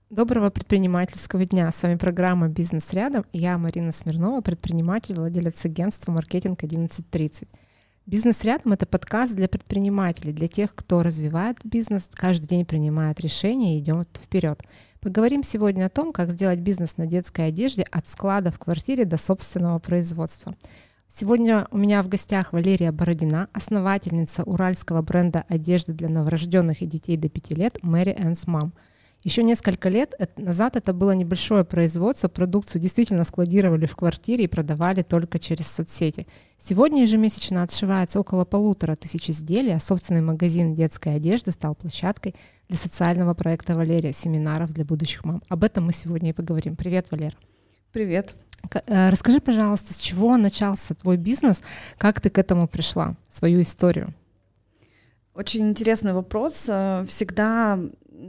Доброго предпринимательского дня. С вами программа «Бизнес рядом». Я Марина Смирнова, предприниматель, владелец агентства «Маркетинг 1130». «Бизнес рядом» — это подкаст для предпринимателей, для тех, кто развивает бизнес, каждый день принимает решения и идет вперед. Поговорим сегодня о том, как сделать бизнес на детской одежде от склада в квартире до собственного производства. Сегодня у меня в гостях Валерия Бородина, основательница уральского бренда одежды для новорожденных и детей до 5 лет Mary Ann's Mom. Еще несколько лет назад это было небольшое производство, продукцию действительно складировали в квартире и продавали только через соцсети. Сегодня ежемесячно отшивается около 1500 изделий, а собственный магазин детской одежды стал площадкой для социального проекта Валерия «Семинаров для будущих мам». Об этом мы сегодня и поговорим. Привет, Валера. Привет. Расскажи, пожалуйста, с чего начался твой бизнес, как ты к этому пришла, свою историю? Очень интересный вопрос. Всегда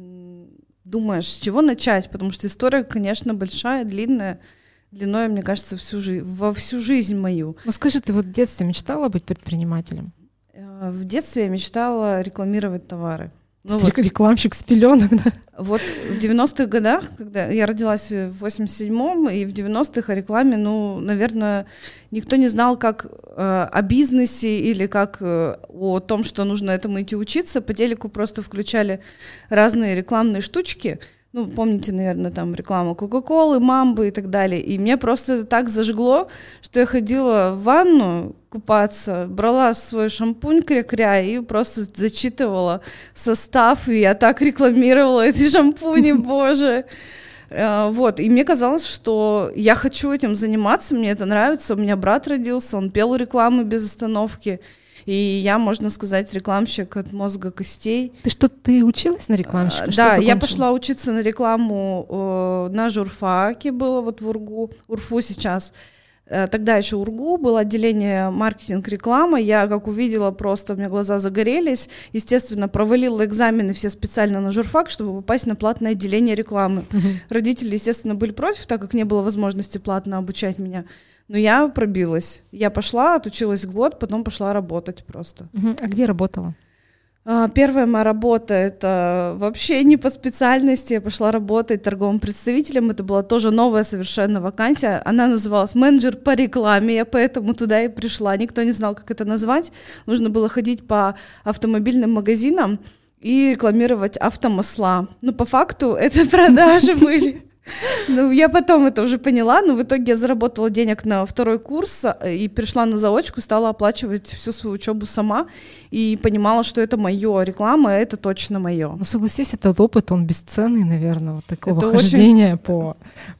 думаешь, с чего начать, потому что история, конечно, большая, длинная, длиной, мне кажется, во всю жизнь мою. Ну скажи, ты вот в детстве мечтала быть предпринимателем? В детстве я мечтала рекламировать товары. Рекламщик с пеленок, да? Вот в 90-х годах, когда я родилась в 87-м, и в 90-х о рекламе, наверное, никто не знал, как о бизнесе или как о том, что нужно этому идти учиться. По телеку просто включали разные рекламные штучки. Помните, наверное, там реклама Кока-Колы, Мамбы и так далее. И меня просто так зажгло, что я ходила в ванну купаться, брала свой шампунь кря-кря и просто зачитывала состав, и я так рекламировала эти шампуни, боже. Вот, и мне казалось, что я хочу этим заниматься, мне это нравится. У меня брат родился, он пел рекламы без остановки. И я, можно сказать, рекламщик от мозга костей. Ты училась на рекламщика? Да, я пошла учиться на рекламу на журфаке, было вот в УрФУ сейчас. Тогда еще УрГУ, было отделение маркетинг-реклама. Я, как увидела, просто у меня глаза загорелись. Естественно, провалила экзамены все специально на журфак, чтобы попасть на платное отделение рекламы. Родители, естественно, были против, так как не было возможности платно обучать меня. Но я пробилась. Я пошла, отучилась год, потом пошла работать просто. А где работала? Первая моя работа — это вообще не по специальности. Я пошла работать торговым представителем. Это была тоже новая совершенно вакансия. Она называлась менеджер по рекламе. Я поэтому туда и пришла. Никто не знал, как это назвать. Нужно было ходить по автомобильным магазинам и рекламировать автомасла. Но по факту это продажи были. Я потом это уже поняла, но в итоге я заработала денег на второй курс и перешла на заочку, стала оплачивать всю свою учебу сама и понимала, что это мое, реклама, это точно мое. Согласись, этот опыт, он бесценный, наверное, вот такого это хождения по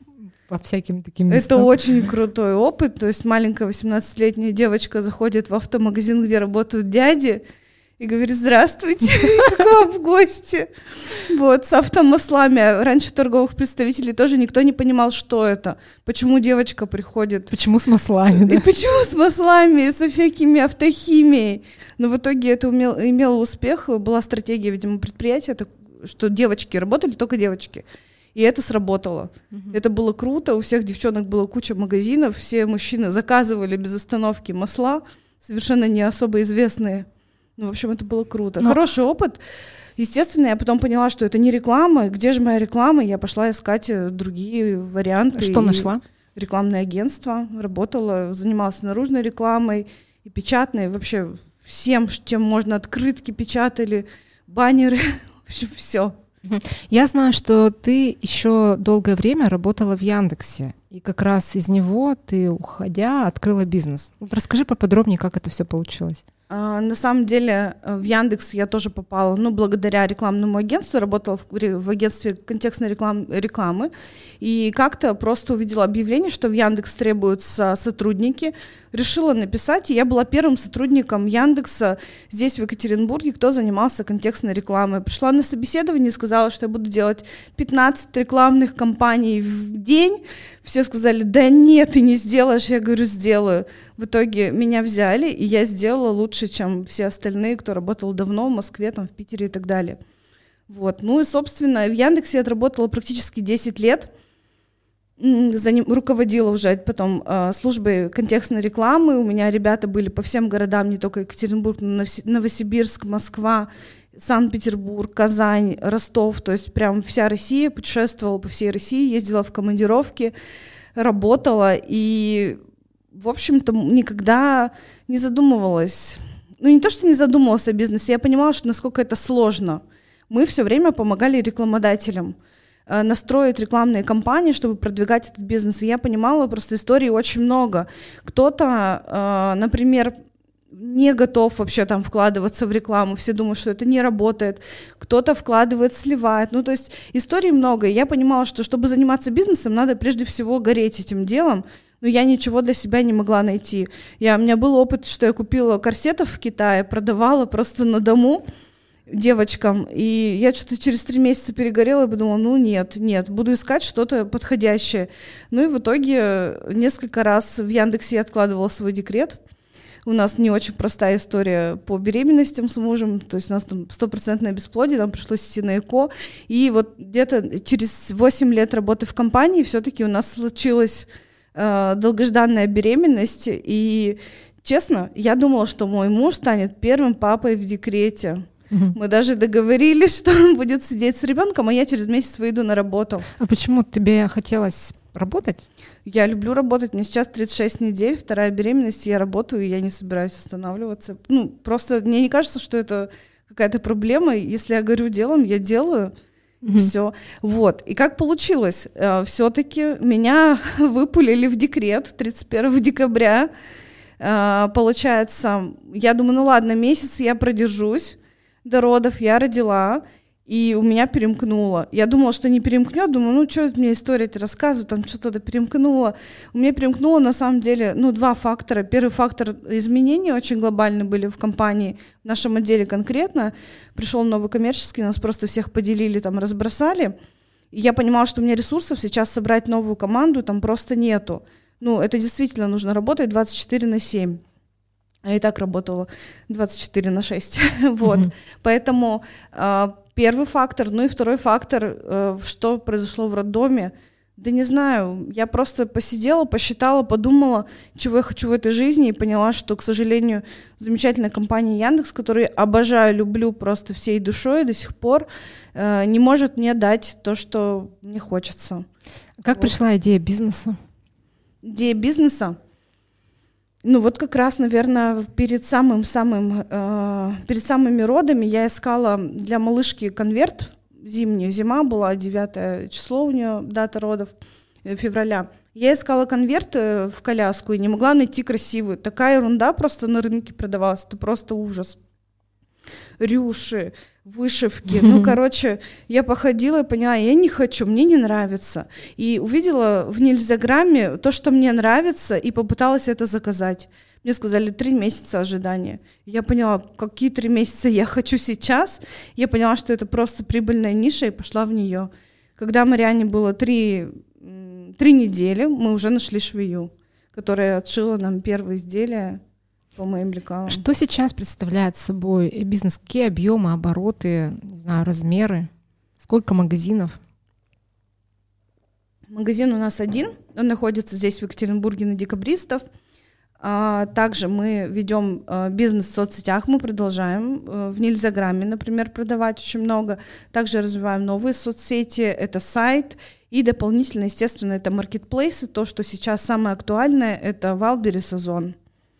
всяким таким местам. Это очень крутой опыт, то есть маленькая 18-летняя девочка заходит в автомагазин, где работают дяди, и говорит: здравствуйте, к вам в гости. Вот, с автомаслами. Раньше торговых представителей тоже никто не понимал, что это. Почему девочка приходит. Почему с маслами, да? И почему с маслами, со всякими автохимией. Но в итоге это имело успех. Была стратегия, видимо, предприятия, что девочки, работали только девочки. И это сработало. Это было круто. У всех девчонок была куча магазинов. Все мужчины заказывали без остановки масла, совершенно не особо известные. В общем, это было круто. Хороший опыт. Естественно, я потом поняла, что это не реклама. Где же моя реклама? Я пошла искать другие варианты. Что нашла? Рекламное агентство. Работала, занималась наружной рекламой и печатной. Вообще всем, чем можно, открытки печатали, баннеры. В общем, все. Я знаю, что ты еще долгое время работала в Яндексе. И как раз из него ты, уходя, открыла бизнес. Расскажи поподробнее, как это все получилось. На самом деле в Яндекс я тоже попала, благодаря рекламному агентству, работала в агентстве контекстной рекламы, и как-то просто увидела объявление, что в Яндекс требуются сотрудники, решила написать, и я была первым сотрудником Яндекса здесь, в Екатеринбурге, кто занимался контекстной рекламой. Пришла на собеседование и сказала, что я буду делать 15 рекламных кампаний в день. Все сказали: да нет, ты не сделаешь. Я говорю: сделаю. В итоге меня взяли, и я сделала лучше, чем все остальные, кто работал давно в Москве, там, в Питере и так далее. Вот. И, собственно, в Яндексе я отработала практически 10 лет. Руководила уже потом службой контекстной рекламы. У меня ребята были по всем городам, не только Екатеринбург, но Новосибирск, Москва. Санкт-Петербург, Казань, Ростов, то есть прям вся Россия, путешествовала по всей России, ездила в командировки, работала и, в общем-то, никогда не задумывалась. Ну, не то, что не задумывалась о бизнесе, я понимала, что насколько это сложно. Мы все время помогали рекламодателям настроить рекламные кампании, чтобы продвигать этот бизнес. И я понимала, просто историй очень много. Кто-то, например, не готов вообще там вкладываться в рекламу, все думают, что это не работает, кто-то вкладывает, сливает, ну то есть историй много, и я понимала, что чтобы заниматься бизнесом, надо прежде всего гореть этим делом, но я ничего для себя не могла найти. У меня был опыт, что я купила корсетов в Китае, продавала просто на дому девочкам, и я что-то через 3 месяца перегорела и подумала, ну нет, буду искать что-то подходящее. Ну и в итоге несколько раз в Яндексе я откладывала свой декрет. У нас не очень простая история по беременностям с мужем, то есть у нас там 100% бесплодие, нам пришлось идти на ЭКО, и вот где-то через 8 лет работы в компании все-таки у нас случилась долгожданная беременность, и честно, я думала, что мой муж станет первым папой в декрете. Мы даже договорились, что он будет сидеть с ребенком, а я через месяц выйду на работу. А почему тебе хотелось работать? Я люблю работать. Мне сейчас 36 недель, 2-я беременность, я работаю, и я не собираюсь останавливаться. Ну, просто мне не кажется, что это какая-то проблема. Если я горю делом, я делаю, и все. Вот. И как получилось? Все-таки меня выпулили в декрет 31 декабря. Получается, я думаю, ну ладно, месяц я продержусь до родов, я родила, и у меня перемкнуло. Я думала, что не перемкнет, думаю, ну что мне история-то рассказывают, там что-то перемкнуло. У меня перемкнуло на самом деле, 2 фактора. Первый фактор — изменения очень глобальные были в компании, в нашем отделе конкретно. Пришел новый коммерческий, нас просто всех поделили, там разбросали. И я понимала, что у меня ресурсов сейчас собрать новую команду там просто нету. Это действительно нужно работать 24/7. Я и так работала 24/6. Вот. Поэтому первый фактор. И второй фактор, что произошло в роддоме. Да не знаю, я просто посидела, посчитала, подумала, чего я хочу в этой жизни, и поняла, что, к сожалению, замечательная компания Яндекс, которую я обожаю, люблю просто всей душой до сих пор, не может мне дать то, что мне хочется. Как пришла идея бизнеса? Идея бизнеса? Как раз, наверное, перед самыми родами я искала для малышки конверт зимний. Зима была, 9 число у нее, дата родов, февраля. Я искала конверт в коляску и не могла найти красивый. Такая ерунда просто на рынке продавалась, это просто ужас. Рюши, вышивки. Я походила и поняла, я не хочу, мне не нравится. И увидела в Нельзяграме то, что мне нравится, и попыталась это заказать. Мне сказали 3 месяца ожидания. Я поняла, какие 3 месяца я хочу сейчас. Я поняла, что это просто прибыльная ниша, и пошла в нее. Когда Марианне было 3 недели, мы уже нашли швею, которая отшила нам первое изделие по моим лекалам. Что сейчас представляет собой бизнес? Какие объемы, обороты, не знаю, размеры? Сколько магазинов? Магазин у нас один. Он находится здесь, в Екатеринбурге, на Декабристов. Также мы ведем бизнес в соцсетях, мы продолжаем в Нельзяграме, например, продавать очень много. Также развиваем новые соцсети, это сайт, и дополнительно, естественно, это маркетплейсы. То, что сейчас самое актуальное, это Wildberries, Озон.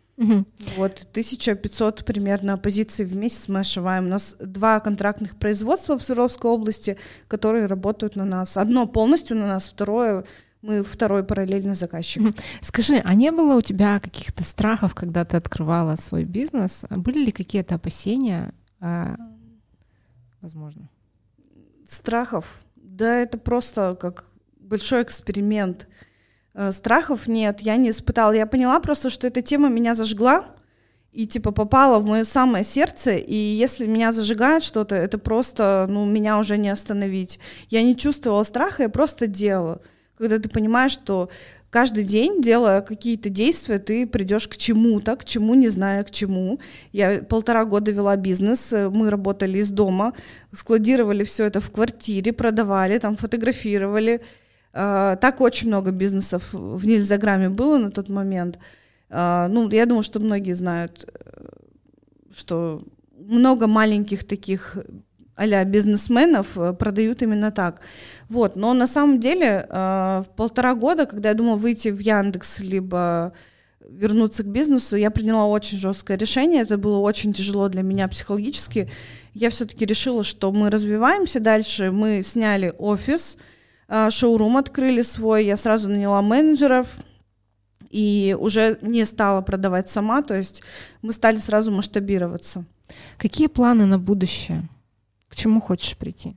1500 примерно позиций в месяц мы ошиваем. У нас 2 контрактных производства в Свердловской области, которые работают на нас. Одно полностью на нас, мы второй параллельно заказчик. Скажи, а не было у тебя каких-то страхов, когда ты открывала свой бизнес? Были ли какие-то опасения? Возможно. Страхов? Да, это просто как большой эксперимент. Страхов нет, я не испытала. Я поняла просто, что эта тема меня зажгла и попала в мое самое сердце, и если меня зажигает что-то, это просто, меня уже не остановить. Я не чувствовала страха, я просто делала. Когда ты понимаешь, что каждый день, делая какие-то действия, ты придешь к чему-то, к чему, не зная к чему. Я 1,5 года вела бизнес, мы работали из дома, складировали все это в квартире, продавали, там фотографировали. Так очень много бизнесов в Нельзяграме было на тот момент. Я думаю, что многие знают, что много маленьких таких а-ля бизнесменов продают именно так. Вот. Но на самом деле в 1,5 года, когда я думала выйти в Яндекс, либо вернуться к бизнесу, я приняла очень жесткое решение. Это было очень тяжело для меня психологически. Я все-таки решила, что мы развиваемся дальше. Мы сняли офис, шоурум открыли свой. Я сразу наняла менеджеров и уже не стала продавать сама. То есть мы стали сразу масштабироваться. Какие планы на будущее? К чему хочешь прийти?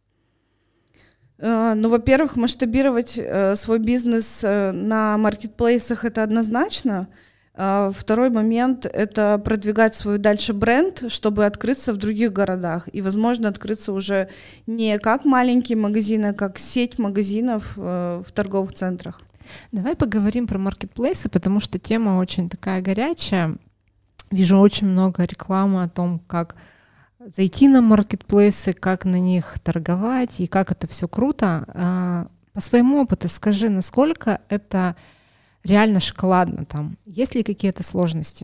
Ну, во-первых, масштабировать свой бизнес на маркетплейсах — это однозначно. Второй момент — это продвигать свой дальше бренд, чтобы открыться в других городах. И, возможно, открыться уже не как маленькие магазины, а как сеть магазинов в торговых центрах. Давай поговорим про маркетплейсы, потому что тема очень такая горячая. Вижу очень много рекламы о том, как зайти на маркетплейсы, как на них торговать и как это все круто. По своему опыту скажи, насколько это реально шоколадно там? Есть ли какие-то сложности?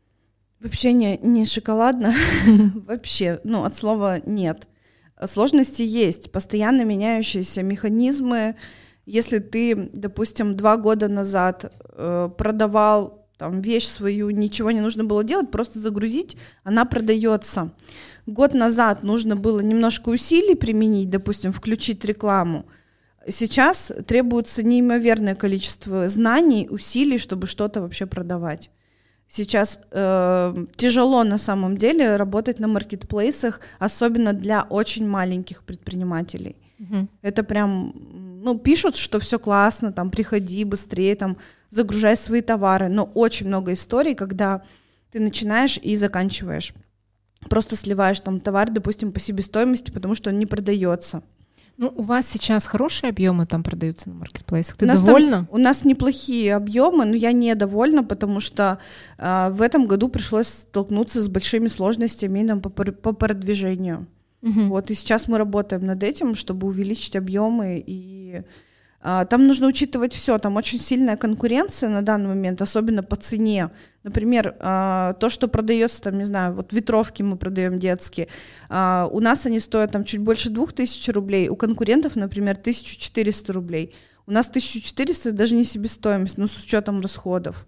Вообще не шоколадно. Вообще, от слова нет. Сложности есть, постоянно меняющиеся механизмы. Если ты, допустим, 2 года назад продавал там вещь свою, ничего не нужно было делать, просто загрузить, она продается. Год назад нужно было немножко усилий применить, допустим, включить рекламу. Сейчас требуется неимоверное количество знаний, усилий, чтобы что-то вообще продавать. Сейчас тяжело на самом деле работать на маркетплейсах, особенно для очень маленьких предпринимателей. Это прям, пишут, что все классно, там, приходи быстрее, там, загружай свои товары, но очень много историй, когда ты начинаешь и заканчиваешь. Просто сливаешь там товар, допустим, по себестоимости, потому что он не продается. У вас сейчас хорошие объемы там продаются на маркетплейсах? Ты довольна? У нас неплохие объемы, но я недовольна, потому что в этом году пришлось столкнуться с большими сложностями именно по продвижению. Вот, и сейчас мы работаем над этим, чтобы увеличить объемы, и там нужно учитывать все, там очень сильная конкуренция на данный момент, особенно по цене. Например, то, что продается, там, не знаю, вот ветровки мы продаем детские, у нас они стоят там чуть больше 2000 рублей, у конкурентов, например, 1400 рублей. У нас 1400 даже не себестоимость, с учетом расходов.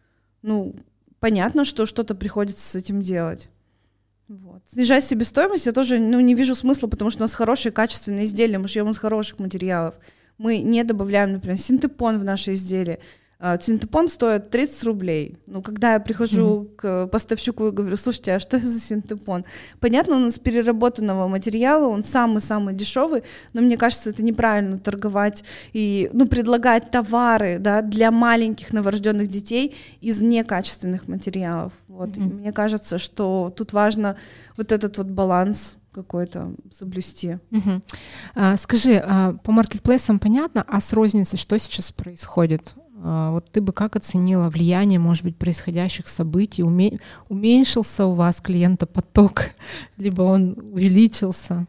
Понятно, что что-то приходится с этим делать. Вот. Снижать себестоимость я тоже не вижу смысла, потому что у нас хорошие качественные изделия, мы шьем из хороших материалов. Мы не добавляем, например, синтепон в наши изделия. Синтепон стоит 30 рублей. Когда я прихожу к поставщику и говорю: слушайте, а что это за синтепон? Понятно, он из переработанного материала, он самый-самый дешевый, но мне кажется, это неправильно торговать и предлагать товары, да, для маленьких новорожденных детей из некачественных материалов. Вот. Мне кажется, что тут важно вот этот вот баланс какой-то соблюсти. Скажи, по маркетплейсам понятно, а с розницей что сейчас происходит? Вот ты бы как оценила влияние, может быть, происходящих событий? Уменьшился у вас клиентопоток, либо он увеличился?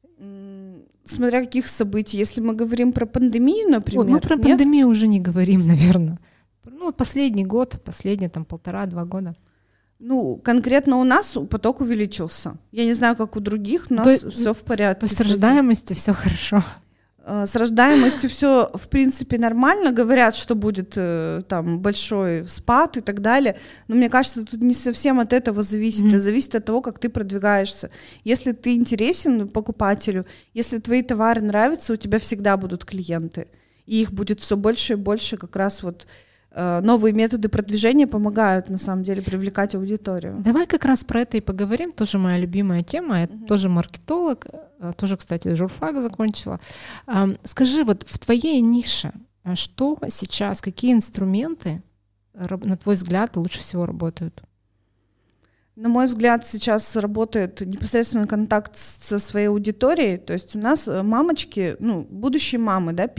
Смотря каких событий. Если мы говорим про пандемию, например. Мы про пандемию уже не говорим, наверное. Последний год, последние 1,5-2 года. Конкретно у нас поток увеличился. Я не знаю, как у других, у нас все в порядке. То есть с рождаемостью все хорошо? С рождаемостью все, в принципе, нормально. Говорят, что будет там большой спад и так далее. Но мне кажется, тут не совсем от этого зависит. Это зависит от того, как ты продвигаешься. Если ты интересен покупателю, если твои товары нравятся, у тебя всегда будут клиенты. И их будет все больше и больше. Как раз вот новые методы продвижения помогают, на самом деле, привлекать аудиторию. Давай как раз про это и поговорим. Тоже моя любимая тема. Я тоже маркетолог, тоже, кстати, журфак закончила. Скажи, вот в твоей нише, что сейчас, какие инструменты, на твой взгляд, лучше всего работают? На мой взгляд, сейчас работает непосредственный контакт со своей аудиторией. То есть у нас мамочки, будущие мамы, да,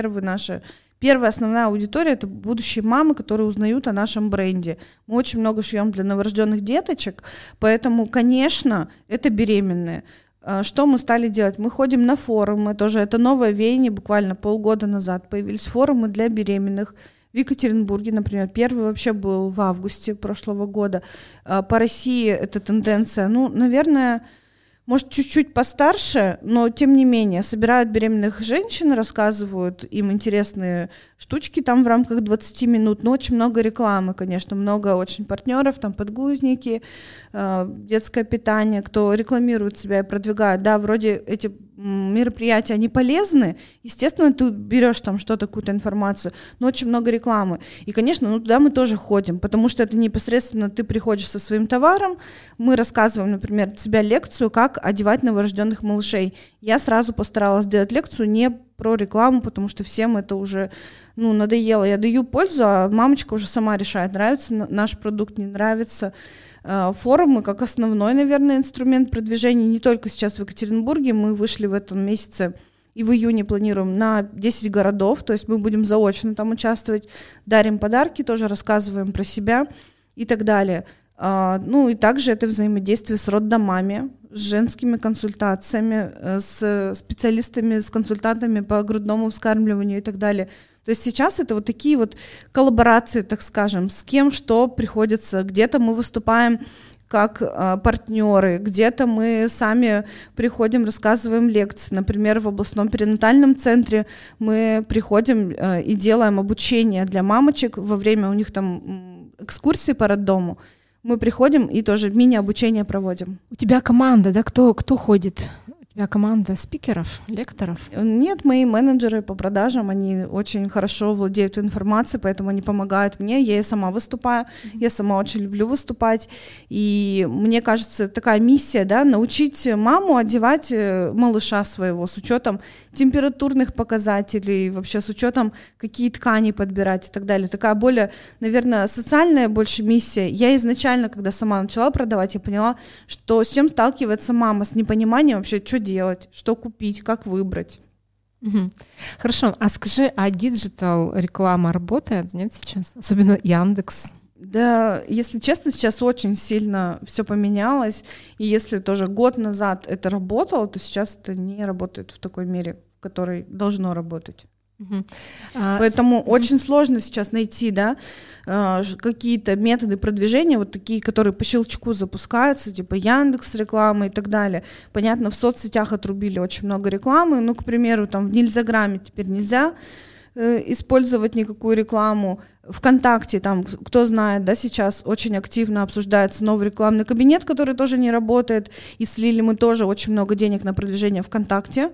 Первая основная аудитория — это будущие мамы, которые узнают о нашем бренде. Мы очень много шьем для новорожденных деточек, поэтому, конечно, это беременные. Что мы стали делать? Мы ходим на форумы, тоже это новое веяние, буквально полгода назад появились форумы для беременных, В Екатеринбурге, например, первый вообще был в августе прошлого года. По России эта тенденция, наверное, может, чуть-чуть постарше, но тем не менее собирают беременных женщин, рассказывают им интересные штучки там в рамках 20 минут, но очень много рекламы, конечно, много очень партнеров, там подгузники, детское питание, кто рекламирует себя и продвигает. Да, вроде эти мероприятия, они полезны, естественно, ты берешь там что-то, какую-то информацию, но очень много рекламы. И, конечно, туда мы тоже ходим, потому что это непосредственно ты приходишь со своим товаром, мы рассказываем, например, от себя лекцию, как одевать новорожденных малышей. Я сразу постаралась сделать лекцию не про рекламу, потому что всем это уже надоело. Я даю пользу, а мамочка уже сама решает, нравится наш продукт, не нравится. Форумы как основной, наверное, инструмент продвижения не только сейчас в Екатеринбурге. Мы вышли в этом месяце и в июне планируем на 10 городов, то есть мы будем заочно там участвовать, дарим подарки, тоже рассказываем про себя и так далее. И также это взаимодействие с роддомами, с женскими консультациями, с специалистами, с консультантами по грудному вскармливанию и так далее. То есть сейчас это вот такие вот коллаборации, так скажем, с кем что приходится. Где-то мы выступаем как партнеры, где-то мы сами приходим, рассказываем лекции. Например, в областном перинатальном центре мы приходим и делаем обучение для мамочек во время у них там экскурсии по роддому. Мы приходим и тоже мини-обучение проводим. У тебя команда, да? Кто ходит? У тебя команда спикеров, лекторов? Нет, мои менеджеры по продажам, они очень хорошо владеют информацией, поэтому они помогают мне. Я и сама выступаю, я сама очень люблю выступать. И мне кажется, такая миссия, да, научить маму одевать малыша своего с учетом температурных показателей, вообще с учетом, какие ткани подбирать и так далее. Такая более, наверное, социальная больше миссия. Я изначально, когда сама начала продавать, я поняла, что с чем сталкивается мама, с непониманием вообще, что делать, что купить, как выбрать. Угу. Хорошо, а скажи, а диджитал реклама работает, нет, сейчас? Особенно Яндекс. Да, если честно, сейчас очень сильно все поменялось, и если тоже год назад это работало, то сейчас это не работает в такой мере, в которой должно работать. Поэтому очень сложно сейчас найти, да, какие-то методы продвижения, вот такие, которые по щелчку запускаются, типа Яндекс реклама и так далее. Понятно, в соцсетях отрубили очень много рекламы, к примеру, там в Нельзяграме теперь нельзя использовать никакую рекламу. ВКонтакте, там, кто знает, да, сейчас очень активно обсуждается новый рекламный кабинет, который тоже не работает, и слили мы тоже очень много денег на продвижение ВКонтакте.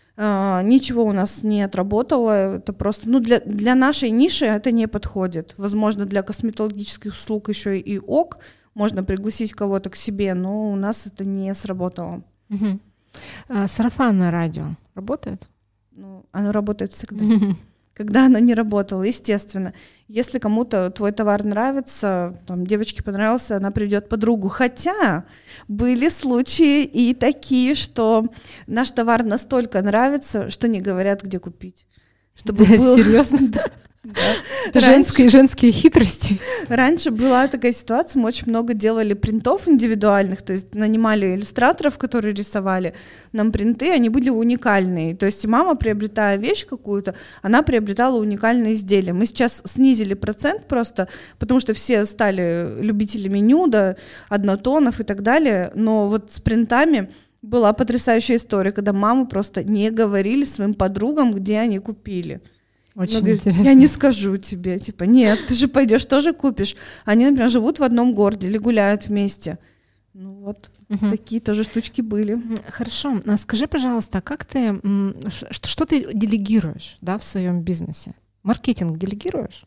Ничего у нас не отработало, это просто, для нашей ниши это не подходит. Возможно, для косметологических услуг еще и ок, можно пригласить кого-то к себе, но у нас это не сработало. Угу. Сарафанное радио работает? Оно работает всегда. Когда оно не работало, естественно. Если кому-то твой товар нравится, там, девочке понравился, она приведет подругу. Хотя были случаи и такие, что наш товар настолько нравится, что не говорят, где купить. Чтобы было... Серьезно? Да. Это женские хитрости. Раньше была такая ситуация, мы очень много делали принтов индивидуальных, то есть нанимали иллюстраторов, которые рисовали нам принты, они были уникальные. То есть мама, приобретая вещь какую-то, она приобретала уникальные изделия. Мы сейчас снизили процент просто, потому что все стали любителями нюда, однотонов и так далее, но вот с принтами была потрясающая история, когда мамы просто не говорили своим подругам, где они купили. Очень интересно. Я не скажу тебе, типа, нет, ты же пойдешь, тоже купишь. Они, например, живут в одном городе или гуляют вместе. Такие тоже штучки были. Хорошо. Скажи, пожалуйста, как ты, что ты делегируешь, да, в своем бизнесе? Маркетинг делегируешь?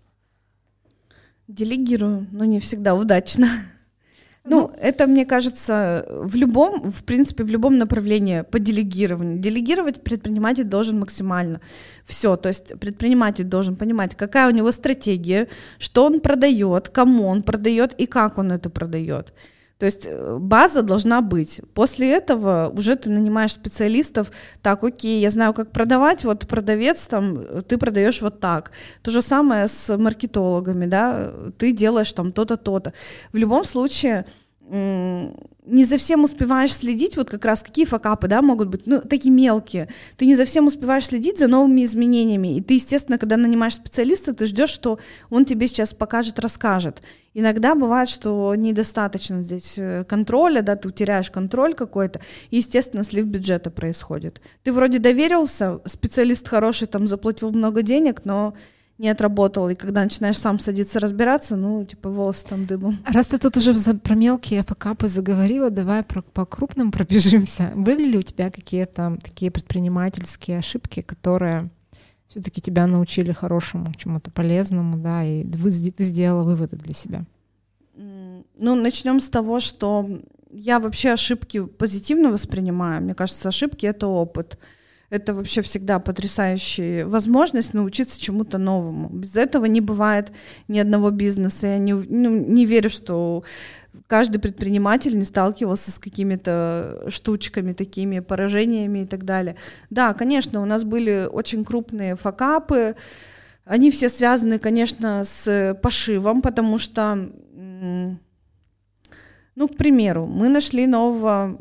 Делегирую, но не всегда удачно. Это, мне кажется, в принципе, в любом направлении по делегированию. Делегировать предприниматель должен максимально. Все, то есть предприниматель должен понимать, какая у него стратегия, что он продает, кому он продает и как он это продает. То есть база должна быть. После этого уже ты нанимаешь специалистов. Так, окей, я знаю, как продавать. Вот продавец, там, ты продаешь вот так. То же самое с маркетологами, да. Ты делаешь там то-то, то-то. В любом случае не за всем успеваешь следить, вот как раз какие факапы, да, могут быть, ну, такие мелкие. Ты не за всем успеваешь следить за новыми изменениями. И ты, естественно, когда нанимаешь специалиста, ты ждешь, что он тебе сейчас покажет, расскажет. Иногда бывает, что недостаточно здесь контроля, да, ты теряешь контроль какой-то, и, естественно, слив бюджета происходит. Ты вроде доверился, специалист хороший, там, заплатил много денег, но не отработал, и когда начинаешь сам садиться разбираться, ну, типа, волосы там дыбом. Раз ты тут уже про мелкие факапы заговорила, давай по крупным пробежимся. Были ли у тебя какие-то такие предпринимательские ошибки, которые все-таки тебя научили хорошему, чему-то полезному, да, и ты сделала выводы для себя? Ну, начнем с того, что я вообще ошибки позитивно воспринимаю. Мне кажется, ошибки — это опыт. Это вообще всегда потрясающая возможность научиться чему-то новому. Без этого не бывает ни одного бизнеса. Я не верю, что каждый предприниматель не сталкивался с какими-то штучками, такими поражениями и так далее. Да, конечно, у нас были очень крупные факапы. Они все связаны, конечно, с пошивом, потому что, ну, к примеру, мы нашли нового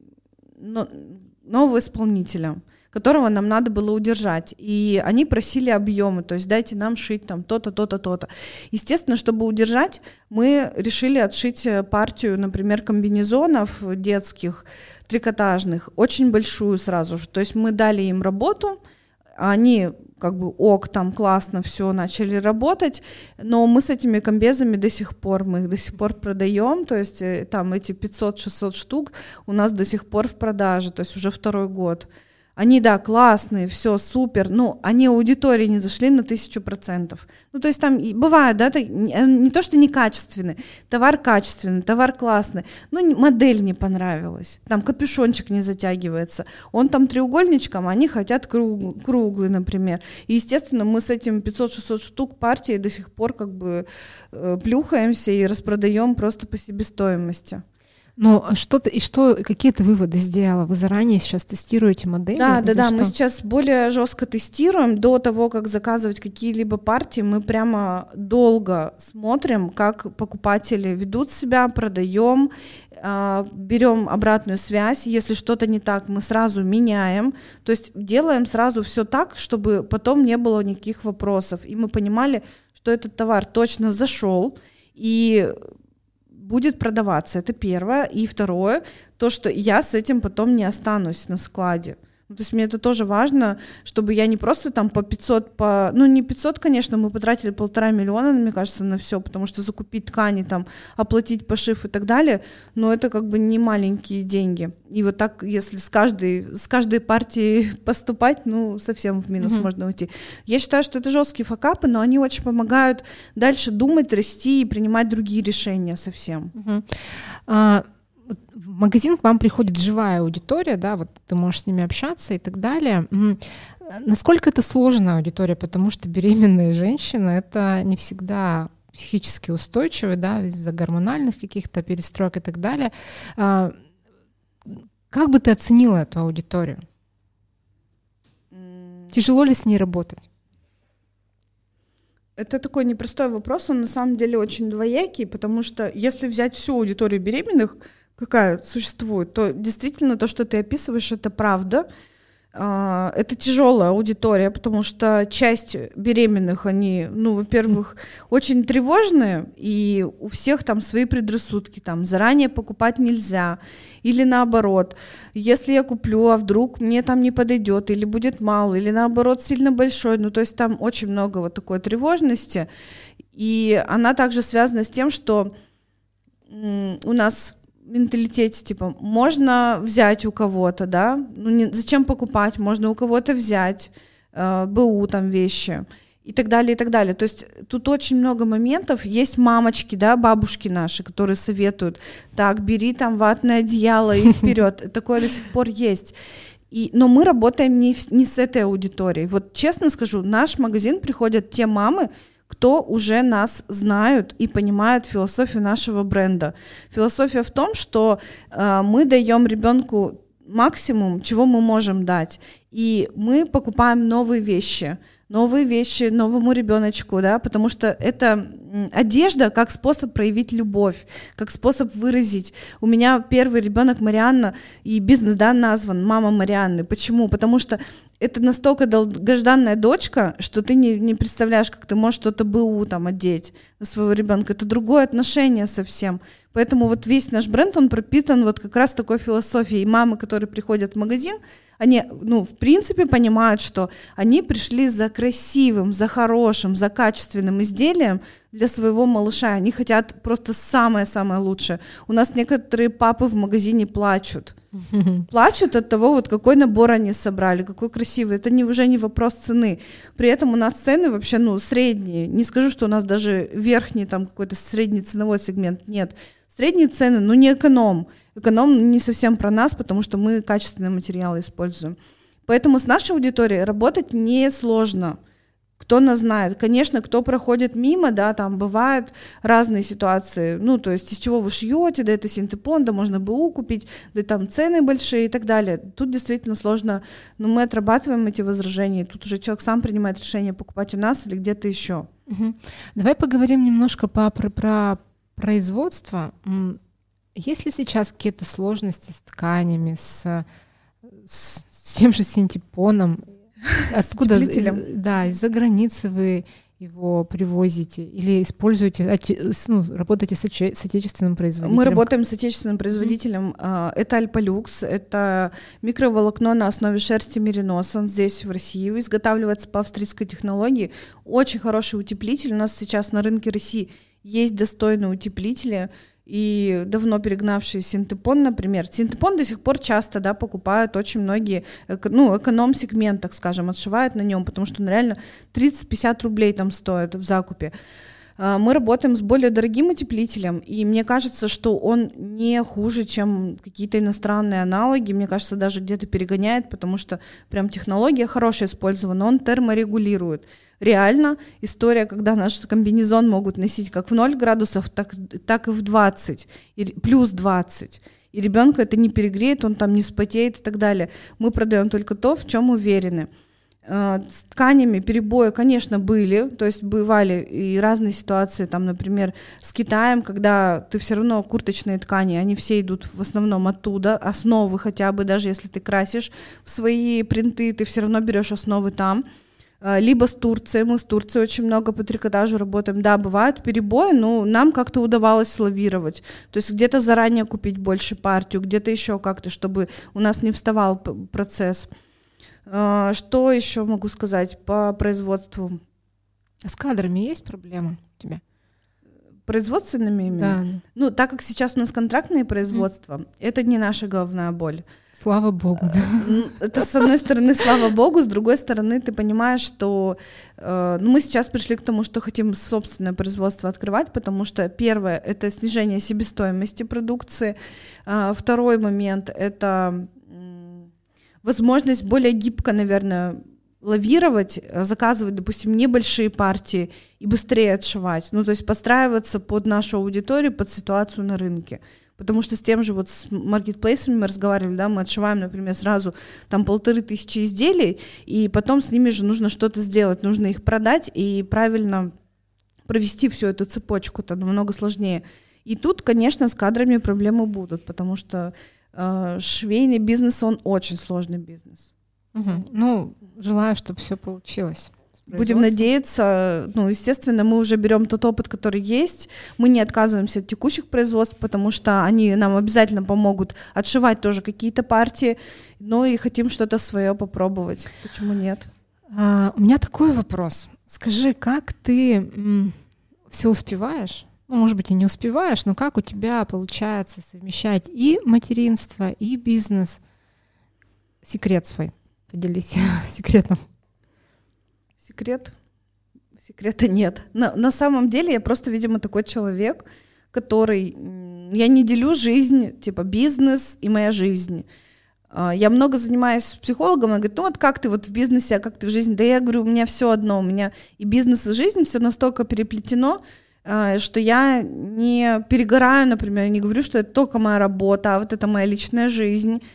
исполнителя, которого нам надо было удержать. И они просили объемы, то есть дайте нам шить там то-то, то-то, то-то. Естественно, чтобы удержать, мы решили отшить партию, например, комбинезонов детских, трикотажных, очень большую сразу же. То есть мы дали им работу, они как бы там классно все начали работать, но мы с этими комбезами мы их до сих пор продаем, то есть там эти 500-600 штук у нас до сих пор в продаже, то есть уже 2-й год. Они, да, классные, все супер, но они аудитории не зашли на 1000%. Ну, то есть там бывает, да, не то, что некачественный, товар качественный, товар классный, но модель не понравилась, там капюшончик не затягивается, он там треугольничком, а они хотят круглый, например. И, естественно, мы с этим 500-600 штук партии до сих пор как бы плюхаемся и распродаем просто по себестоимости. Ну, какие ты выводы сделала? Вы заранее сейчас тестируете модели? Да, мы сейчас более жестко тестируем. До того, как заказывать какие-либо партии, мы прямо долго смотрим, как покупатели ведут себя, продаем, берем обратную связь. Если что-то не так, мы сразу меняем. То есть делаем сразу все так, чтобы потом не было никаких вопросов. И мы понимали, что этот товар точно зашел, и будет продаваться, это первое. И второе, то, что я с этим потом не останусь на складе. Ну, то есть мне это тоже важно, чтобы я не просто там по 500, не 500, конечно, мы потратили 1,5 миллиона, мне кажется, на все, потому что закупить ткани, там, оплатить пошив и так далее, но это как бы не маленькие деньги. И вот так, если с каждой партии поступать, ну, совсем в минус можно уйти. Я считаю, что это жесткие факапы, но они очень помогают дальше думать, расти и принимать другие решения совсем. В магазин к вам приходит живая аудитория, да, вот ты можешь с ними общаться и так далее. Насколько это сложная аудитория, потому что беременные женщины — это не всегда психически устойчивые, да, из-за гормональных каких-то перестроек и так далее. Как бы ты оценила эту аудиторию? Тяжело ли с ней работать? Это такой непростой вопрос, он на самом деле очень двоякий, потому что если взять всю аудиторию беременных, какая существует, то действительно то, что ты описываешь, это правда. Это тяжелая аудитория, потому что часть беременных, они, во-первых, очень тревожные, и у всех там свои предрассудки, там заранее покупать нельзя, или наоборот, если я куплю, а вдруг мне там не подойдет, или будет мало, или наоборот сильно большой, то есть там очень много вот такой тревожности, и она также связана с тем, что у нас в менталитете, типа, можно взять у кого-то, да, зачем покупать, можно у кого-то взять, БУ там вещи и так далее, и так далее. То есть тут очень много моментов. Есть мамочки, да, бабушки наши, которые советуют, так, бери там ватное одеяло и вперед. Такое до сих пор есть. Но мы работаем не с этой аудиторией. Вот честно скажу, в наш магазин приходят те мамы, кто уже нас знают и понимают философию нашего бренда. Философия в том, что мы даем ребенку максимум, чего мы можем дать. И мы покупаем новые вещи новому ребеночку, да, потому что это одежда как способ проявить любовь, как способ выразить. У меня первый ребенок Марианна, и бизнес, да, назван «Мама Марианны». Почему? Потому что это настолько долгожданная дочка, что ты не представляешь, как ты можешь что-то БУ там одеть на своего ребенка. Это другое отношение совсем. Поэтому вот весь наш бренд, он пропитан вот как раз такой философией. И мамы, которые приходят в магазин, они, в принципе, понимают, что они пришли за красивым, за хорошим, за качественным изделием для своего малыша. Они хотят просто самое-самое лучшее. У нас некоторые папы в магазине плачут. Плачут от того, вот какой набор они собрали, какой красивый. Это уже не вопрос цены. При этом у нас цены вообще, средние. Не скажу, что у нас даже верхний там какой-то средний ценовой сегмент. Нет. Средние цены, не эконом. Эконом не совсем про нас, потому что мы качественные материалы используем. Поэтому с нашей аудиторией работать несложно. Кто нас знает? Конечно, кто проходит мимо, да, там бывают разные ситуации. То есть из чего вы шьете, да, это синтепон, да, можно БУ купить, да, там цены большие и так далее. Тут действительно сложно, но мы отрабатываем эти возражения. Тут уже человек сам принимает решение, покупать у нас или где-то еще. Угу. Давай поговорим немножко про производство. Есть ли сейчас какие-то сложности с тканями, с тем же синтепоном? Откуда? Из-за границы вы его привозите или используете, работаете с отечественным производителем? Мы работаем с отечественным производителем. Это Альпалюкс, это микроволокно на основе шерсти меринос. Он здесь, в России, изготавливается по австрийской технологии. Очень хороший утеплитель. У нас сейчас на рынке России есть достойные утеплители, и давно перегнавший синтепон, например. Синтепон до сих пор часто, да, покупают очень многие, эконом-сегмент, так скажем, отшивают на нем, потому что он реально 30-50 рублей там стоит в закупе. Мы работаем с более дорогим утеплителем, и мне кажется, что он не хуже, чем какие-то иностранные аналоги. Мне кажется, даже где-то перегоняет, потому что прям технология хорошая использована, он терморегулирует. Реально история, когда наш комбинезон могут носить как в 0 градусов, так и в 20, и плюс 20. И ребенка это не перегреет, он там не вспотеет и так далее. Мы продаем только то, в чем уверены. С тканями перебои, конечно, были, то есть бывали и разные ситуации, там, например, с Китаем, когда ты все равно курточные ткани, они все идут в основном оттуда, основы хотя бы, даже если ты красишь в свои принты, ты все равно берешь основы там. Либо с Турцией, мы с Турцией очень много по трикотажу работаем, да, бывают перебои, но нам как-то удавалось лавировать, то есть где-то заранее купить больше партию, где-то еще как-то, чтобы у нас не вставал процесс. Что еще могу сказать по производству? С кадрами есть проблемы у тебя? Производственными именно? Да. Так как сейчас у нас контрактные производства, это не наша головная боль. Слава богу, да. Это, с одной стороны, слава богу, с другой стороны, ты понимаешь, что мы сейчас пришли к тому, что хотим собственное производство открывать, потому что первое — это снижение себестоимости продукции, второй момент — это возможность более гибко, наверное, лавировать, заказывать, допустим, небольшие партии и быстрее отшивать. То есть подстраиваться под нашу аудиторию, под ситуацию на рынке. Потому что с тем же вот с маркетплейсами мы разговаривали, да, мы отшиваем, например, сразу там 1500 изделий, и потом с ними же нужно что-то сделать, нужно их продать и правильно провести всю эту цепочку, это намного сложнее. И тут, конечно, с кадрами проблемы будут, потому что швейный бизнес, он очень сложный бизнес. Угу. Желаю, чтобы все получилось. Будем надеяться. Естественно, мы уже берем тот опыт, который есть. Мы не отказываемся от текущих производств, потому что они нам обязательно помогут отшивать тоже какие-то партии, но и хотим что-то свое попробовать. Почему нет? У меня такой вопрос. Скажи, как ты все успеваешь? Может быть, и не успеваешь, но как у тебя получается совмещать и материнство, и бизнес? Секрет свой. Поделись секретом. Секрета нет. На самом деле я просто, видимо, такой человек, который... Я не делю жизнь, типа бизнес и моя жизнь. Я много занимаюсь с психологом, она говорит, как ты вот в бизнесе, а как ты в жизни? Да я говорю, у меня все одно, у меня и бизнес, и жизнь, все настолько переплетено, что я не перегораю, например, не говорю, что это только моя работа, а вот это моя личная жизнь.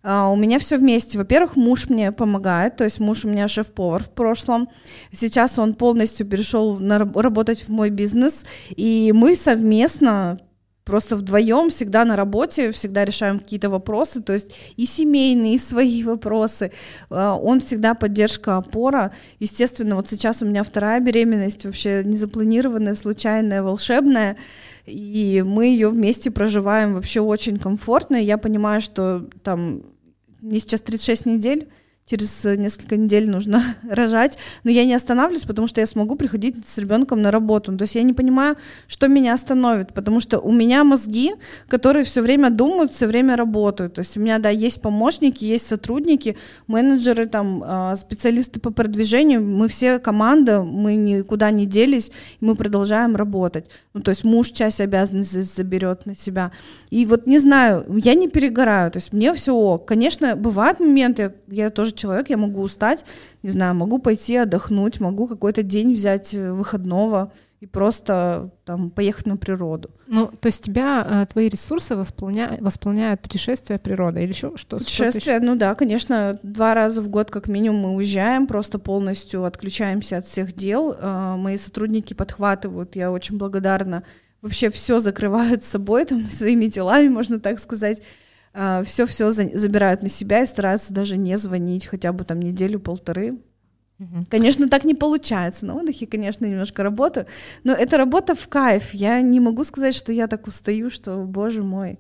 У меня все вместе. Во-первых, муж мне помогает, то есть муж у меня шеф-повар в прошлом. Сейчас он полностью перешел работать в мой бизнес, и мы совместно просто вдвоем всегда на работе, всегда решаем какие-то вопросы, то есть и семейные, и свои вопросы. Он всегда поддержка, опора. Естественно, вот сейчас у меня вторая беременность, вообще незапланированная, случайная, волшебная, и мы ее вместе проживаем вообще очень комфортно. Я понимаю, что там мне сейчас 36 недель, через несколько недель нужно рожать, но я не останавливаюсь, потому что я смогу приходить с ребенком на работу. То есть я не понимаю, что меня остановит, потому что у меня мозги, которые все время думают, все время работают. То есть у меня, да, есть помощники, есть сотрудники, менеджеры, там, специалисты по продвижению, мы все команда, мы никуда не делись, и мы продолжаем работать. То есть муж часть обязанностей заберет на себя. И вот не знаю, я не перегораю, то есть мне все ок. Конечно, бывают моменты, я тоже человек, я могу устать, не знаю, могу пойти отдохнуть, могу какой-то день взять выходного и просто там поехать на природу. Ну, то есть тебя, твои ресурсы восполняют путешествия, природа или еще что-то? Путешествия, ну да, конечно, 2 раза в год как минимум мы уезжаем, просто полностью отключаемся от всех дел. Мои сотрудники подхватывают, я очень благодарна. Вообще все закрывают с собой, там, своими делами, можно так сказать. Все забирают на себя и стараются даже не звонить хотя бы там неделю-полторы. Конечно, так не получается. На отдыхе, конечно, немножко работаю, но это работа в кайф. Я не могу сказать, что я так устаю, что, боже мой.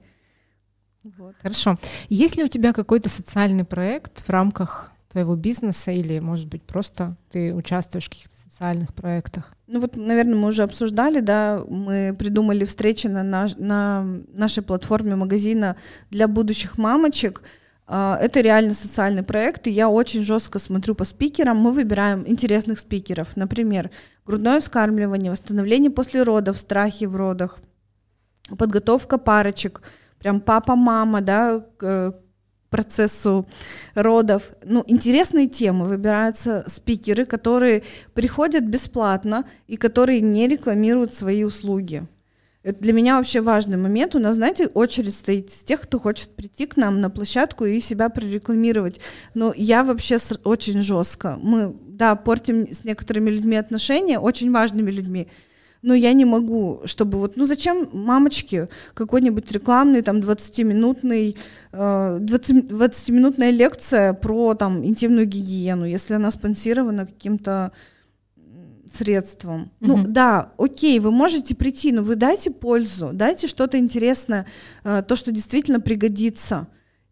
Вот. Хорошо. Есть ли у тебя какой-то социальный проект в рамках твоего бизнеса или, может быть, просто ты участвуешь в каких-то социальных проектах? Ну вот, наверное, мы уже обсуждали, да, мы придумали встречи на нашей платформе магазина для будущих мамочек. Это реально социальный проект, и я очень жестко смотрю по спикерам. Мы выбираем интересных спикеров, например, грудное вскармливание, восстановление после родов, страхи в родах, подготовка парочек, прям папа-мама, да, к процессу родов. Ну, интересные темы, выбираются спикеры, которые приходят бесплатно и которые не рекламируют свои услуги. Это для меня вообще важный момент. У нас, знаете, очередь стоит с тех, кто хочет прийти к нам на площадку и себя прорекламировать. Но я вообще очень жестко. Мы, да, портим с некоторыми людьми отношения, очень важными людьми, но я не могу, чтобы вот, ну зачем мамочке какой-нибудь рекламный, там, 20-минутная лекция про, там, интимную гигиену, если она спонсирована каким-то средством. Ну да, окей, вы можете прийти, но вы дайте пользу, дайте что-то интересное, то, что действительно пригодится,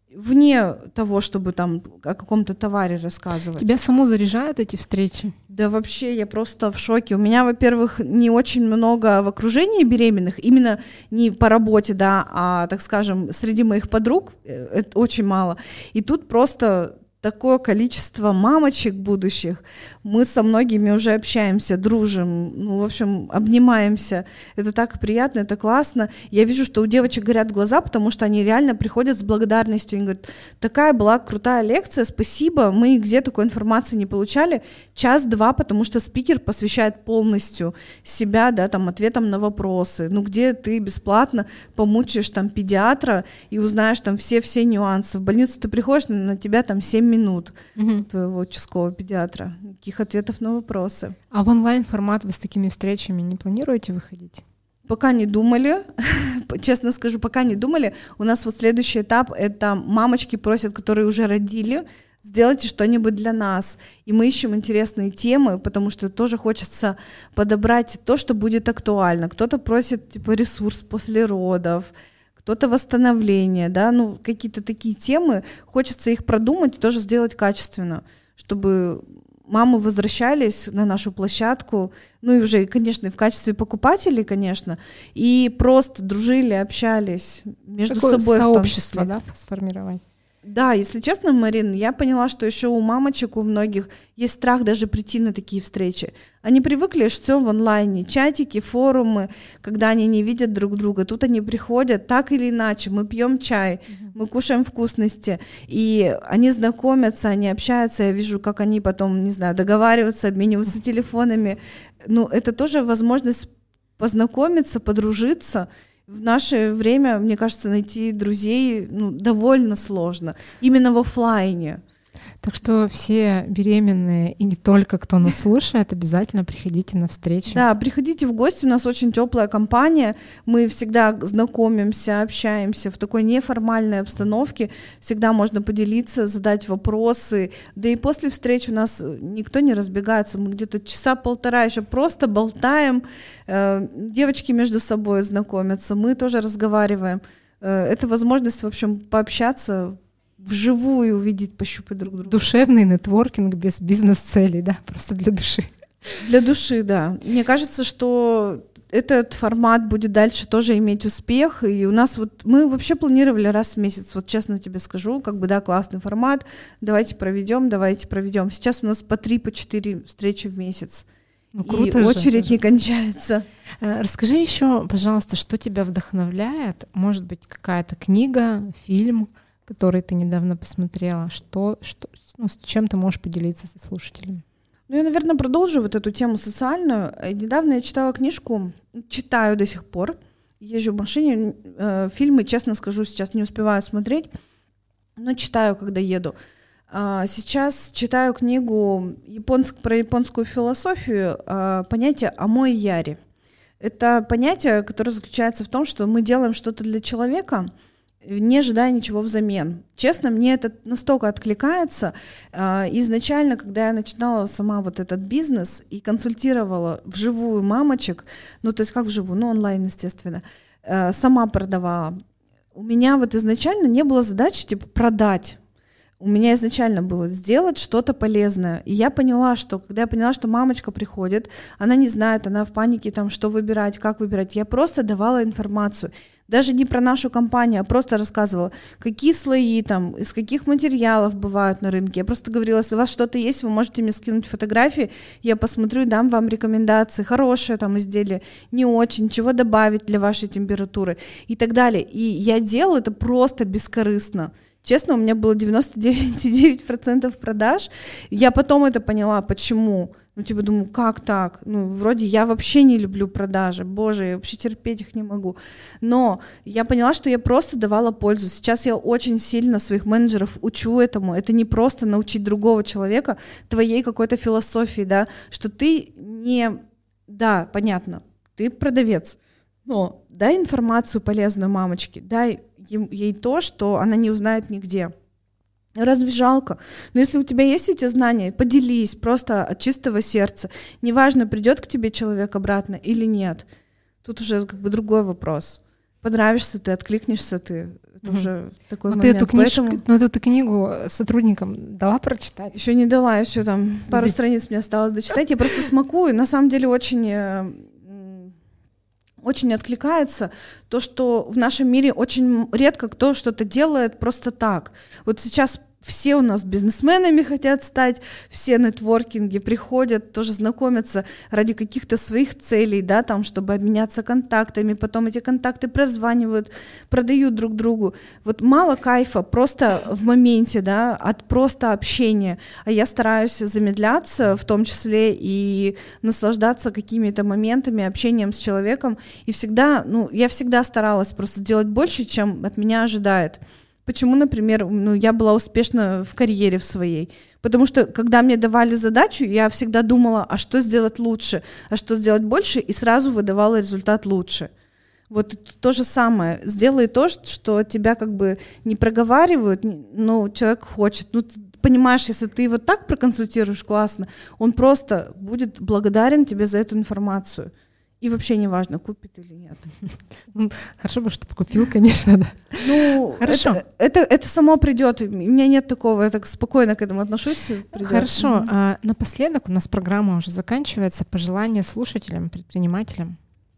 вне того, чтобы там о каком-то товаре рассказывать. Тебя саму заряжают эти встречи? Да вообще, я просто в шоке. У меня, во-первых, не очень много в окружении беременных, именно не по работе, да, а, так скажем, среди моих подруг это очень мало. И тут просто такое количество мамочек будущих. Мы со многими уже общаемся, дружим, ну, в общем, обнимаемся. Это так приятно, это классно. Я вижу, что у девочек горят глаза, потому что они реально приходят с благодарностью. Они говорят, такая была крутая лекция, спасибо, мы нигде такой информации не получали. 1-2, потому что спикер посвящает полностью себя, да, там, ответам на вопросы. Ну, где ты бесплатно помучаешь там педиатра и узнаешь там все нюансы. В больницу ты приходишь, на тебя там 7 минут твоего участкового педиатра. Никаких ответов на вопросы. А в онлайн-формат вы с такими встречами не планируете выходить? Пока не думали, честно скажу, пока не думали. У нас вот следующий этап — это мамочки просят, которые уже родили, сделайте что-нибудь для нас. И мы ищем интересные темы, потому что тоже хочется подобрать то, что будет актуально. Кто-то просит типа ресурс после родов, кто-то восстановление, да, ну какие-то такие темы, хочется их продумать и тоже сделать качественно, чтобы мамы возвращались на нашу площадку, ну и уже, конечно, и в качестве покупателей, конечно, и просто дружили, общались между такое собой. Сообщество, да, сформировать. Да, если честно, Марин, я поняла, что еще у мамочек, у многих есть страх даже прийти на такие встречи. Они привыкли, что все в онлайне, чатики, форумы, когда они не видят друг друга. Тут они приходят так или иначе, мы пьем чай, мы кушаем вкусности, и они знакомятся, они общаются, я вижу, как они потом, не знаю, договариваются, обмениваются телефонами. Ну, это тоже возможность познакомиться, подружиться. в наше время, мне кажется, найти друзей довольно сложно. Именно в офлайне. Так что все беременные и не только кто нас слушает, обязательно приходите на встречу. Да, приходите в гости, у нас очень теплая компания, мы всегда знакомимся, общаемся в такой неформальной обстановке, всегда можно поделиться, задать вопросы, да и после встречи у нас никто не разбегается, мы где-то часа полтора еще просто болтаем, девочки между собой знакомятся, мы тоже разговариваем. Это возможность, в общем, пообщаться, вживую увидеть, пощупать друг друга. Душевный нетворкинг без бизнес-целей, да, просто для души. Для души, да. Мне кажется, что этот формат будет дальше тоже иметь успех, и у нас мы вообще планировали раз в месяц, честно тебе скажу, классный формат, давайте проведем. Сейчас у нас по 3-4 встречи в месяц. Круто и же, очередь не кончается. Расскажи еще, пожалуйста, что тебя вдохновляет? Может быть, какая-то книга, фильм, который ты недавно посмотрела, с чем ты можешь поделиться со слушателями? Я, наверное, продолжу эту тему социальную. Недавно я читала книжку, читаю до сих пор, езжу в машине, фильмы, честно скажу, сейчас не успеваю смотреть, но читаю, когда еду. Сейчас читаю книгу про японскую философию, понятие «амой яри». Это понятие, которое заключается в том, что мы делаем что-то для человека, не ожидая ничего взамен. Честно, мне это настолько откликается. Изначально, когда я начинала сама этот бизнес и консультировала вживую мамочек, то есть как вживую, онлайн, естественно, сама продавала, у меня изначально не было задачи продать. У меня изначально было сделать что-то полезное. И я поняла, когда я поняла, что мамочка приходит, она не знает, она в панике, что выбирать, как выбирать. Я просто давала информацию. Даже не про нашу компанию, а просто рассказывала, какие слои из каких материалов бывают на рынке. Я просто говорила, если у вас что-то есть, вы можете мне скинуть фотографии, я посмотрю и дам вам рекомендации, хорошее изделие, не очень, чего добавить для вашей температуры и так далее. И я делала это просто бескорыстно. Честно, у меня было 99,9% продаж. Я потом это поняла, почему. Думаю, как так? Вроде я вообще не люблю продажи. Боже, я вообще терпеть их не могу. Но я поняла, что я просто давала пользу. Сейчас я очень сильно своих менеджеров учу этому. Это не просто научить другого человека твоей какой-то философии, да, что ты не... Да, понятно, ты продавец, но дай информацию полезную мамочке, дай ей то, что она не узнает нигде. Разве жалко? Но если у тебя есть эти знания, поделись просто от чистого сердца. Неважно, придет к тебе человек обратно или нет. Тут уже другой вопрос. Понравишься ты, откликнешься ты. Это уже такой момент. Эту книгу сотрудникам дала прочитать? Еще не дала, еще пару страниц мне осталось дочитать. Я просто смакую. На самом деле очень откликается то, что в нашем мире очень редко кто что-то делает просто так. Сейчас все у нас бизнесменами хотят стать, все нетворкинги приходят, тоже знакомятся ради каких-то своих целей, да, чтобы обменяться контактами, потом эти контакты прозванивают, продают друг другу. Мало кайфа просто в моменте, да, от просто общения. А я стараюсь замедляться, в том числе и наслаждаться какими-то моментами, общением с человеком. И всегда, я всегда старалась просто делать больше, чем от меня ожидает. Почему, например, я была успешна в карьере в своей? Потому что, когда мне давали задачу, я всегда думала, а что сделать лучше, а что сделать больше, и сразу выдавала результат лучше. То же самое. Сделай то, что тебя не проговаривают, но человек хочет. Ты понимаешь, если ты его так проконсультируешь классно, он просто будет благодарен тебе за эту информацию. И вообще не важно, купит или нет. Хорошо бы, чтобы купил, конечно, да. Хорошо. Это само придет. У меня нет такого, я так спокойно к этому отношусь. Хорошо. А напоследок, у нас программа уже заканчивается. Пожелания слушателям, предпринимателям?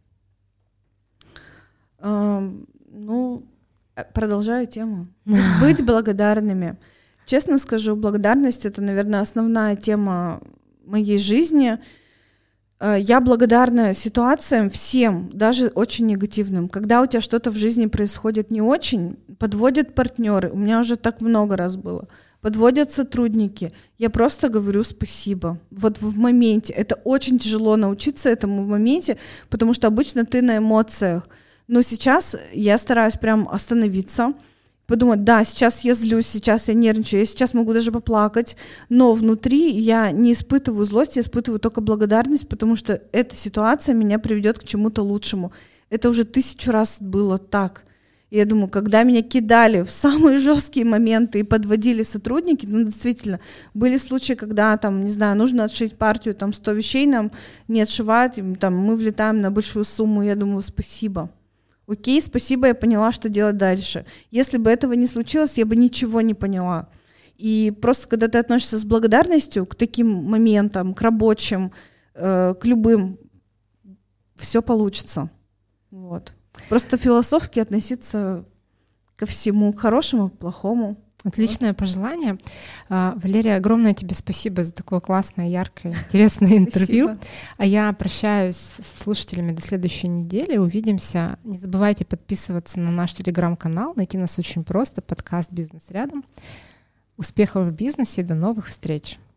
Продолжаю тему. Быть благодарными. Честно скажу, благодарность — это, наверное, основная тема моей жизни. Я благодарна ситуациям всем, даже очень негативным. Когда у тебя что-то в жизни происходит не очень, подводят партнеры, у меня уже так много раз было, подводят сотрудники, я просто говорю спасибо. В моменте. Это очень тяжело научиться этому в моменте, потому что обычно ты на эмоциях. Но сейчас я стараюсь прям остановиться, подумать, да, сейчас я злюсь, сейчас я нервничаю, я сейчас могу даже поплакать, но внутри я не испытываю злость, я испытываю только благодарность, потому что эта ситуация меня приведет к чему-то лучшему. Это уже 1000 раз было так. И я думаю, когда меня кидали в самые жесткие моменты и подводили сотрудники, ну, действительно, были случаи, когда, там, не знаю, нужно отшить партию, там, 100 вещей нам не отшивают, там, мы влетаем на большую сумму, я думаю, спасибо. Окей, спасибо, я поняла, что делать дальше. Если бы этого не случилось, я бы ничего не поняла. И просто когда ты относишься с благодарностью к таким моментам, к рабочим, к любым, все получится. Вот. Просто философски относиться ко всему, к хорошему, к плохому. Отличное пожелание. Валерия, огромное тебе спасибо за такое классное, яркое, интересное интервью. Спасибо. А я прощаюсь с слушателями до следующей недели. Увидимся. Не забывайте подписываться на наш телеграм-канал. Найти нас очень просто. Подкаст «Бизнес рядом». Успехов в бизнесе и до новых встреч.